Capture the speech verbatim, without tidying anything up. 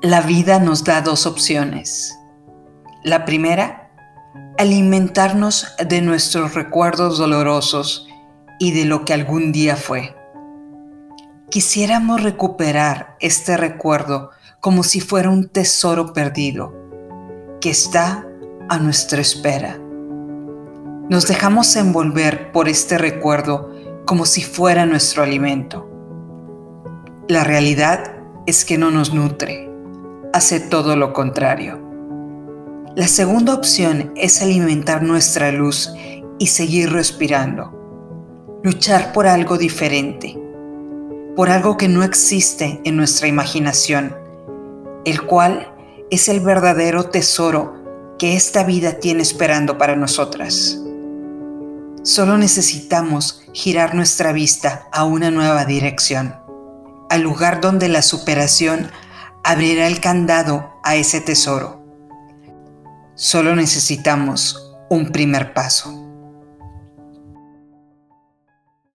La vida nos da dos opciones. La primera, alimentarnos de nuestros recuerdos dolorosos y de lo que algún día fue. Quisiéramos recuperar este recuerdo como si fuera un tesoro perdido, que está a nuestra espera. Nos dejamos envolver por este recuerdo como si fuera nuestro alimento. La realidad es que no nos nutre, hace todo lo contrario. La segunda opción es alimentar nuestra luz y seguir respirando. Luchar por algo diferente, por algo que no existe en nuestra imaginación, el cual es el verdadero tesoro que esta vida tiene esperando para nosotras. Solo necesitamos girar nuestra vista a una nueva dirección, al lugar donde la superación abrirá el candado a ese tesoro. Solo necesitamos un primer paso.